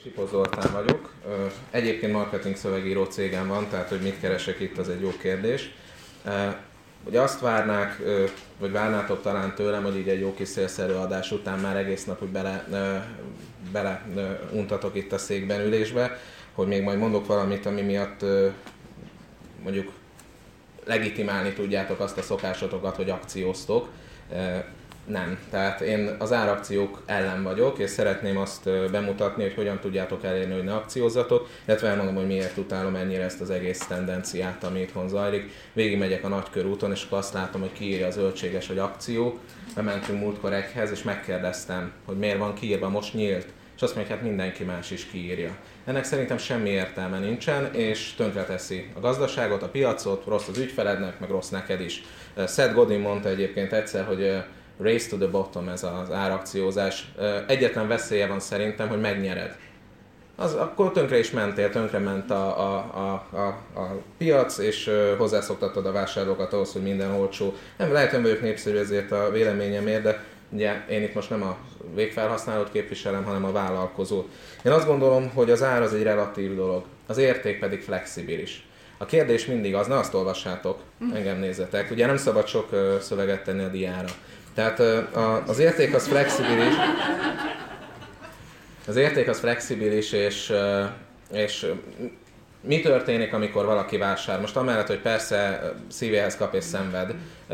Csipó Zoltán vagyok. Egyébként marketing szövegíró cégem van, tehát hogy mit keresek itt, az egy jó kérdés. Ugye azt várnák, vagy várnátok talán tőlem, hogy így egy jó kis szélszerűadás után már egész nap, hogy bele untatok itt a székben ülésbe, hogy még majd mondok valamit, ami miatt mondjuk legitimálni tudjátok azt a szokásotokat, hogy akcióztok. Nem. Tehát én az árakciók ellen vagyok, és szeretném azt bemutatni, hogy hogyan tudjátok elérni, hogy ne akciózzatok, illetve elmondom, hogy miért utálom ennyire ezt az egész tendenciát, ami itthon zajlik. Végigmegyek a Nagykörúton, és akkor azt látom, hogy kiírja a zöldséges, hogy akció. Bementünk múltkor egyhez, és megkérdeztem, hogy miért van kiírva, most nyílt. És azt mondja, hogy hát mindenki más is kiírja. Ennek szerintem semmi értelme nincsen, és tönkreteszi a gazdaságot, a piacot, rossz az ügyfelednek, meg rossz neked is. Seth Godin mondta egyébként egyszer, hogy race to the bottom, ez az árakciózás. Egyetlen veszélye van szerintem, hogy megnyered. Akkor tönkre is mentél, tönkre ment a piac, és hozzászoktattad a vásárlókat ahhoz, hogy minden olcsó. Nem lehet, hogy vagyok népszerű ezért a véleményemért, de ugye én itt most nem a végfelhasználót képviselem, hanem a vállalkozót. Én azt gondolom, hogy az ár az egy relatív dolog, az érték pedig flexibilis. A kérdés mindig az, ne azt olvassátok, engem nézzetek, ugye nem szabad sok szöveget tenni a diára. Tehát az érték az flexibilis, és mi történik, amikor valaki vásárol? Most amellett, hogy persze szívéhez kap és szenved,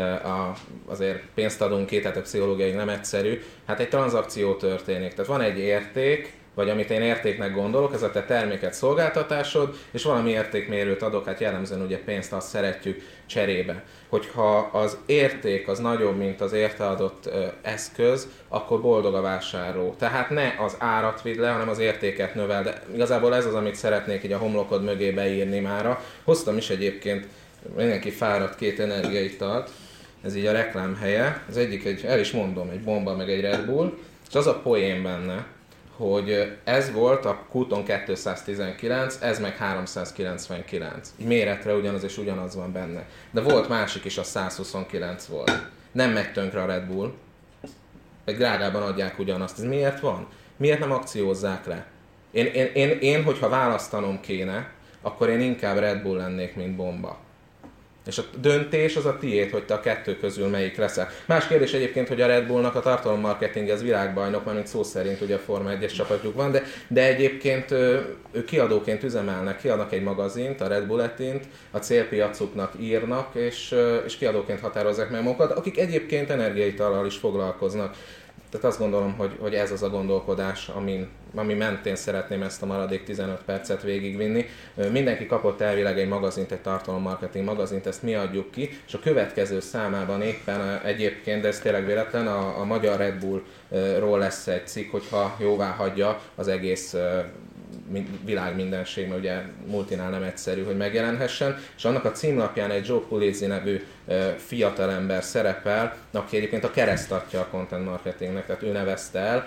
azért pénzt adunk ki, tehát a pszichológiai nem egyszerű, hát egy tranzakció történik. Tehát van egy érték, vagy amit én értéknek gondolok, ez a te terméket, szolgáltatásod, és valami értékmérőt adok, hát jellemzően ugye pénzt azt szeretjük cserébe. Hogyha az érték az nagyobb, mint az érte adott eszköz, akkor boldog a vásárló. Tehát ne az árat vidd le, hanem az értéket növel. De igazából ez az, amit szeretnék így a homlokod mögé beírni mára. Hoztam is egyébként, mindenki fáradt 2 energiaitalt, ez így a reklám helye. Az egyik, el is mondom, egy bomba meg egy Red Bull, és az a poén benne, hogy ez volt a Qton 219, ez meg 399. Így méretre ugyanaz és ugyanaz van benne. De volt másik is, a 129 volt. Nem megy tönkre a Red Bull. Egy drágában adják ugyanazt. Ez miért van? Miért nem akciózzák le? Én, hogyha választanom kéne, akkor én inkább Red Bull lennék, mint bomba. És a döntés az a tiéd, hogy te a kettő közül melyik leszel. Más kérdés egyébként, hogy a Red Bullnak a tartalommarketing az világbajnok, mert szó szerint ugye a Forma 1-es csapatjuk van, de egyébként ők kiadóként üzemelnek, kiadnak egy magazint, a Red Bulletint, a célpiacuknak írnak, és kiadóként határozzák meg magukat, akik egyébként energiaitallal is foglalkoznak. Tehát azt gondolom, hogy ez az a gondolkodás, ami mentén szeretném ezt a maradék 15 percet végigvinni. Mindenki kapott elvileg egy magazint, egy tartalommarketing magazint, ezt mi adjuk ki, és a következő számában éppen egyébként, de ez tényleg véletlen, a magyar Red Bullról lesz egy cikk, hogyha jóvá hagyja az egész világ mindenség, mert ugye multinál nem egyszerű, hogy megjelenhessen, és annak a címlapján egy Joe Pulizzi nevű fiatalember szerepel, aki egyébként a keresztatja a content marketingnek, tehát ő nevezte el,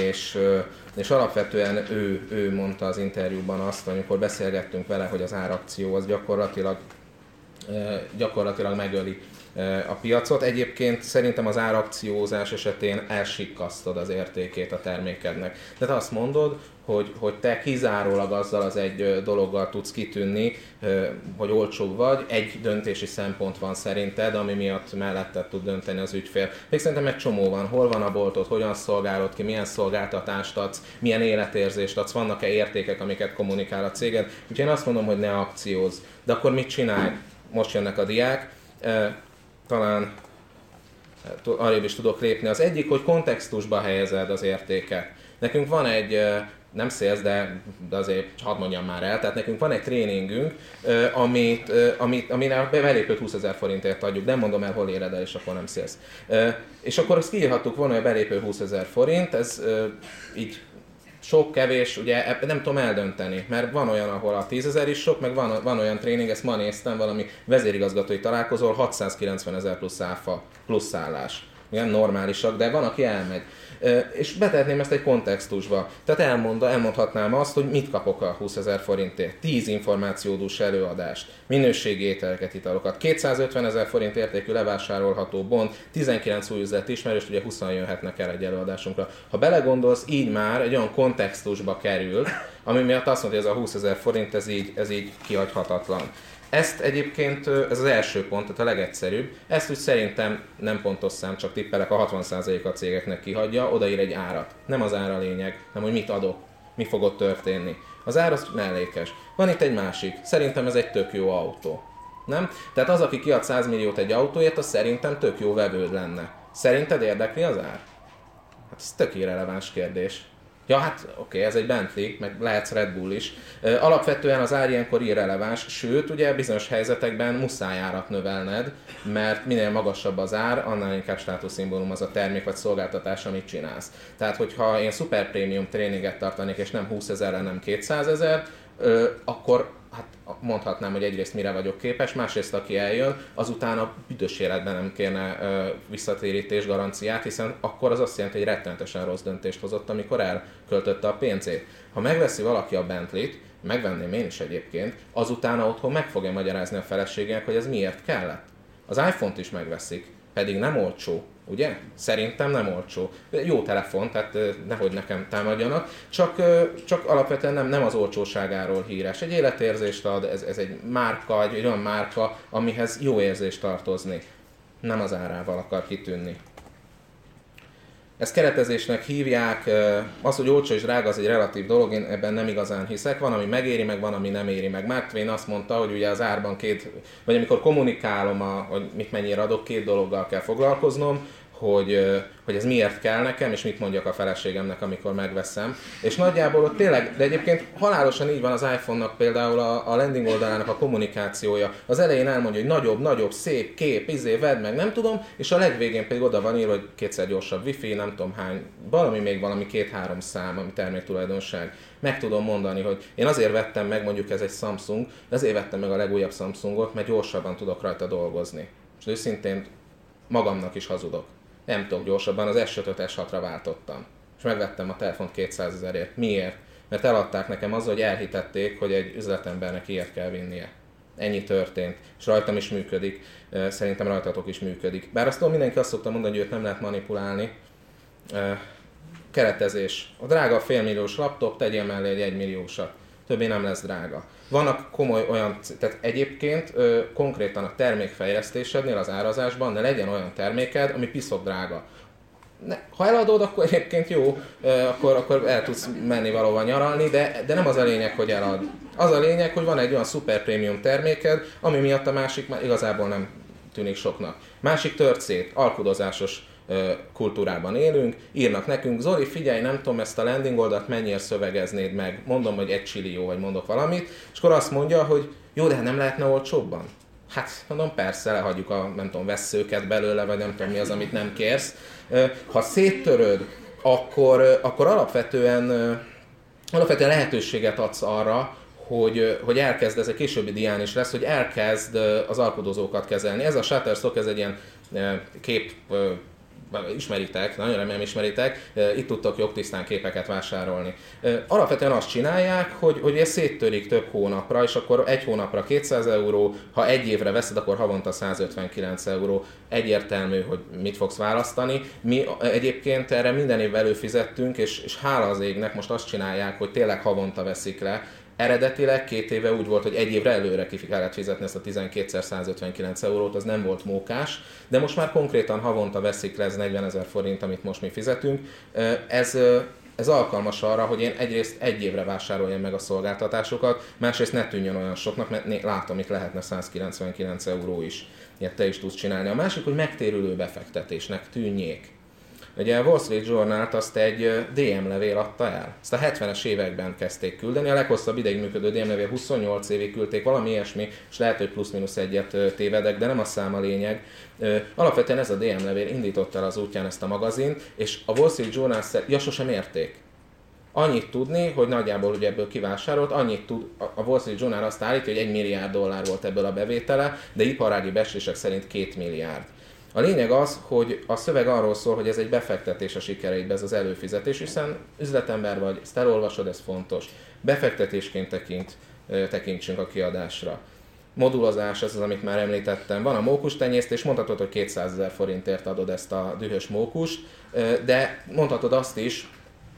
és alapvetően ő mondta az interjúban azt, amikor beszélgettünk vele, hogy az árakció az gyakorlatilag megöli a piacot. Egyébként szerintem az árakciózás esetén elsikkasztod az értékét a termékednek. Tehát azt mondod, hogy te kizárólag azzal az egy dologgal tudsz kitűnni, hogy olcsóbb vagy, egy döntési szempont van szerinted, ami miatt melletted tud dönteni az ügyfél. Még szerintem egy csomó van, hol van a boltod, hogyan szolgálod ki, milyen szolgáltatást adsz, milyen életérzést adsz, vannak-e értékek, amiket kommunikál a céged. Úgyhogy én azt mondom, hogy ne akciózz. De akkor mit csinálj? Most jönnek a diák. Talán arrébb is tudok lépni. Az egyik, hogy kontextusba helyezed az értéket. Nekünk van egy, nem sales, de azért hadd mondjam már el, tehát nekünk van egy tréningünk, amire belépőt 20 000 forintért adjuk, nem mondom el, hol éred el, és akkor nem sales. És akkor azt kiírhattuk volna, hogy a belépő 20 000 forint, ez így sok, kevés, ugye nem tudom eldönteni, mert van olyan, ahol a 10 000 is sok, meg van olyan tréning, ezt ma néztem, valami vezérigazgatói találkozó, 690 000 plusz áfa, plusz szállás. ilyen normálisak, de van, aki elmegy. És betehetném ezt egy kontextusba. Tehát elmondhatnám azt, hogy mit kapok a 20 000 forintért. 10 információdús előadást, minőségi ételeket, italokat, 250 000 forint értékű levásárolható bond, 19 új üzleti ismerőst, ugye 20 jöhetnek el egy előadásunkra. Ha belegondolsz, így már egy olyan kontextusba kerül, ami miatt azt mondja, hogy ez a 20 000 forint, ez így kihagyhatatlan. Ezt egyébként, ez az első pont, tehát a legegyszerűbb, ezt úgy szerintem nem pontos szám, csak tippelek, a 60%-a cégeknek kihagyja, odaír egy árat. Nem az ára a lényeg, hanem hogy mit adok, mi fog ott történni. Az ár az mellékes. Van itt egy másik, szerintem ez egy tök jó autó. Nem? Tehát az, aki kiad 100 milliót egy autóért, az szerintem tök jó vevőd lenne. Szerinted érdekli az ár? Hát ez tök irreleváns kérdés. Ja, hát oké, ez egy Bentley, meg lehetsz Red Bull is. Alapvetően az ár ilyenkor irreleváns, sőt, ugye bizonyos helyzetekben muszáj árat növelned, mert minél magasabb az ár, annál inkább státuszszimbólum az a termék vagy szolgáltatás, amit csinálsz. Tehát, hogyha én szuper prémium tréninget tartanék, és nem 20 000-re, nem 200 000, akkor hát mondhatnám, hogy egyrészt mire vagyok képes, másrészt aki eljön, azután a büdös életben nem kérne visszatérítés garanciát, hiszen akkor az azt jelenti, hogy rettenetesen rossz döntést hozott, amikor elköltötte a pénzét. Ha megveszi valaki a Bentley-t, megvenném én is egyébként, azután otthon meg fogja magyarázni a feleségének, hogy ez miért kellett. Az iPhone-t is megveszik, pedig nem olcsó, ugye? Szerintem nem olcsó. Jó telefon, tehát nehogy nekem támadjanak, csak alapvetően nem az olcsóságáról híres. Egy életérzést ad, ez egy márka, egy olyan márka, amihez jó érzést tartozni. Nem az árával akar kitűnni. Ezt keretezésnek hívják, az, hogy olcsó és drága, az egy relatív dolog, én ebben nem igazán hiszek, van, ami megéri, meg van, ami nem éri meg. Mark Twain azt mondta, hogy ugye az árban vagy amikor kommunikálom, hogy mit mennyire adok, két dologgal kell foglalkoznom, hogy ez miért kell nekem, és mit mondjak a feleségemnek, amikor megveszem. És nagyjából ott tényleg, de egyébként halálosan így van az iPhone-nak például a landing oldalának a kommunikációja. Az elején elmondja, hogy nagyobb, szép kép, vedd meg, nem tudom, és a legvégén pedig oda van írva, hogy kétszer gyorsabb wifi, nem tudom hány, valami 2-3 szám, ami terméktulajdonság. Meg tudom mondani, hogy én azért vettem meg, mondjuk ez egy Samsung, azért vettem meg a legújabb Samsungot, mert gyorsabban tudok rajta dolgozni. És őszintén magamnak is hazudok. Nem tudok gyorsabban, az S5-öt S6-ra váltottam. És megvettem a telefont 200 000-ért. Miért? Mert eladták nekem azzal, hogy elhitették, hogy egy üzletembernek ilyet kell vinnie. Ennyi történt. És rajtam is működik. Szerintem rajtatok is működik. Bár azt mindenki azt szokta mondani, hogy őt nem lehet manipulálni. Keretezés. A drága félmilliós laptop, tegyél mellé egy 1 milliósat. Többé nem lesz drága. Vannak komoly olyan, tehát egyébként konkrétan a termékfejlesztésednél az árazásban ne legyen olyan terméked, ami piszok drága. Ha eladod, akkor egyébként jó, akkor el tudsz menni valahova nyaralni, de nem az a lényeg, hogy elad. Az a lényeg, hogy van egy olyan szuper prémium terméked, ami miatt a másik már igazából nem tűnik soknak. Másik tört szét, alkudozásos kultúrában élünk, írnak nekünk, Zoli, figyelj, nem tudom, ezt a landing oldalt mennyire szövegeznéd meg, mondom, hogy 1 csillió, vagy mondok valamit, és akkor azt mondja, hogy jó, de nem lehetne olcsóbban? Hát, mondom, persze, lehagyjuk a, nem tudom, vesszőket belőle, vagy nem tudom mi az, amit nem kérsz. Ha széttöröd, akkor alapvetően lehetőséget adsz arra, hogy elkezd, ez egy későbbi dián is lesz, hogy elkezd az alkudozókat kezelni. Ez a Shutterstock, ez egy ilyen kép, ismeritek, nagyon remélem ismeritek, itt tudtok jogtisztán képeket vásárolni. Alapvetően azt csinálják, hogy ezt széttörik több hónapra, és akkor 1 hónapra 200 euró, ha 1 évre veszed, akkor havonta 159 euró. Egyértelmű, hogy mit fogsz választani. Mi egyébként erre minden évvel előfizettünk, és hála az égnek most azt csinálják, hogy tényleg havonta veszik le. Eredetileg 2 éve úgy volt, hogy 1 évre előre ki kellett fizetni ezt a 12x159 eurót, az nem volt mókás, de most már konkrétan havonta veszik le, ez 40 000 forint, amit most mi fizetünk. Ez alkalmas arra, hogy én egyrészt 1 évre vásároljam meg a szolgáltatásokat, másrészt ne tűnjön olyan soknak, mert látom, itt lehetne 199 euró is. Ilyet te is tudsz csinálni. A másik, hogy megtérülő befektetésnek tűnjék. Ugye a Wall Street Journal-t azt egy DM levél adta el. Ezt a 70-es években kezdték küldeni, a leghosszabb ideig működő DM levél 28 évig küldték, valami ilyesmi, és lehet, hogy plusz-minusz egyet tévedek, de nem a szám a lényeg. Alapvetően ez a DM levél indította el az útján ezt a magazint, és a Wall Street Journal sosem érték. Annyit tudni, hogy nagyjából ugye ebből kivásárolt, annyit tud, a Wall Street Journal azt állítja, hogy $1 milliárd volt ebből a bevétele, de iparági becslések szerint 2 milliárd. A lényeg az, hogy a szöveg arról szól, hogy ez egy befektetés a sikereidbe, ez az előfizetés, hiszen üzletember vagy, ezt elolvasod, ez fontos. Befektetésként tekintsünk a kiadásra. Modulozás, ez az, amit már említettem. Van a mókustenyésztés, mondhatod, hogy 200 000 forintért adod ezt a dühös mókust, de mondhatod azt is,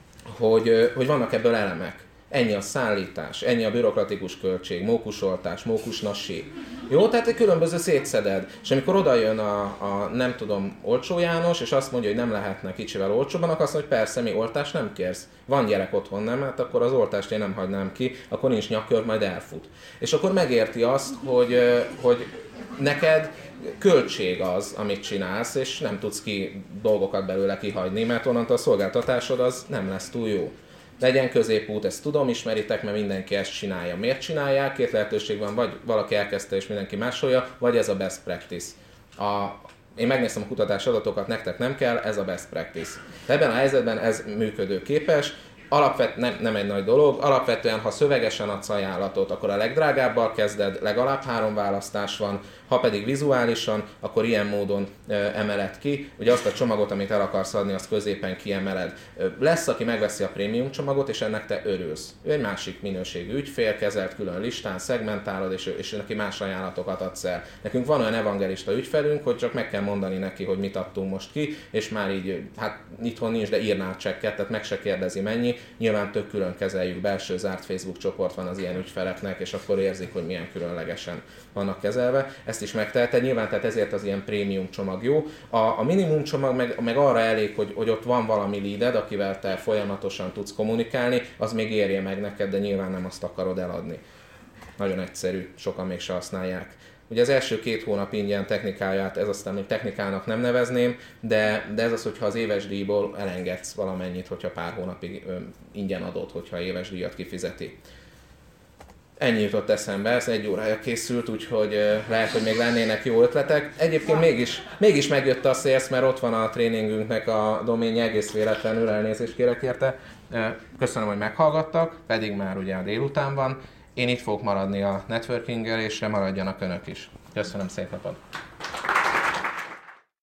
hogy vannak ebből elemek. Ennyi a szállítás, ennyi a bürokratikus költség, mókusoltás, mókusnasi. Jó, tehát egy különböző szétszeded. És amikor oda jön a nem tudom, olcsó János, és azt mondja, hogy nem lehetne kicsivel olcsóban, akkor azt mondja, hogy persze, mi oltást nem kérsz. Van gyerek otthon, nem? Hát akkor az oltást én nem hagynám ki, akkor nincs nyakkör, majd elfut. És akkor megérti azt, hogy neked költség az, amit csinálsz, és nem tudsz dolgokat belőle kihagyni, mert onnantól a szolgáltatásod az nem lesz túl jó. Legyen középút, ezt tudom, ismeritek, mert mindenki ezt csinálja. Miért csinálják? Két lehetőség van, vagy valaki elkezdte és mindenki másolja, vagy ez a best practice. Én megnéztem a kutatási adatokat, nektek nem kell, ez a best practice. De ebben a helyzetben ez működőképes, nem egy nagy dolog, alapvetően ha szövegesen adsz ajánlatot, akkor a legdrágábbal kezded, legalább 3 választás van, ha pedig vizuálisan, akkor ilyen módon emeled ki. Ugye azt a csomagot, amit el akarsz adni, azt középen kiemeled. Lesz, aki megveszi a prémium csomagot, és ennek te örülsz. Ő egy másik minőségű ügyfél, kezelt külön listán, szegmentálod, és neki más ajánlatokat adsz el. Nekünk van olyan evangelista ügyfelünk, hogy csak meg kell mondani neki, hogy mit adtunk most ki, és már így, hát itthon nincs, de írnál csekket, tehát meg se kérdezi mennyi. Nyilván tök külön kezeljük, belső zárt Facebook csoport van az ilyen ügyfeleknek, és akkor érzik, hogy milyen különlegesen vannak kezelve. Ezt is megteheted, nyilván tehát ezért az ilyen prémium csomag jó. A minimum csomag meg arra elég, hogy ott van valami leaded, akivel te folyamatosan tudsz kommunikálni, az még érje meg neked, de nyilván nem azt akarod eladni. Nagyon egyszerű, sokan még se használják. Ugye az első 2 hónap ingyen technikáját, ez aztán még technikának nem nevezném, de ez az, hogyha az éves díjból elengedsz valamennyit, hogyha pár hónapig ingyen adod, hogyha éves díjat kifizeti. Ennyi jutott eszembe, ez 1 órája készült, úgyhogy lehet, hogy még lennének jó ötletek. Egyébként mégis megjött a sales, mert ott van a tréningünknek a doménje, egész véletlenül, elnézést kérek érte. Köszönöm, hogy meghallgattak, pedig már ugye a délután van. Én itt fogok maradni a networkinggel, és maradjanak önök is. Köszönöm, szép napot!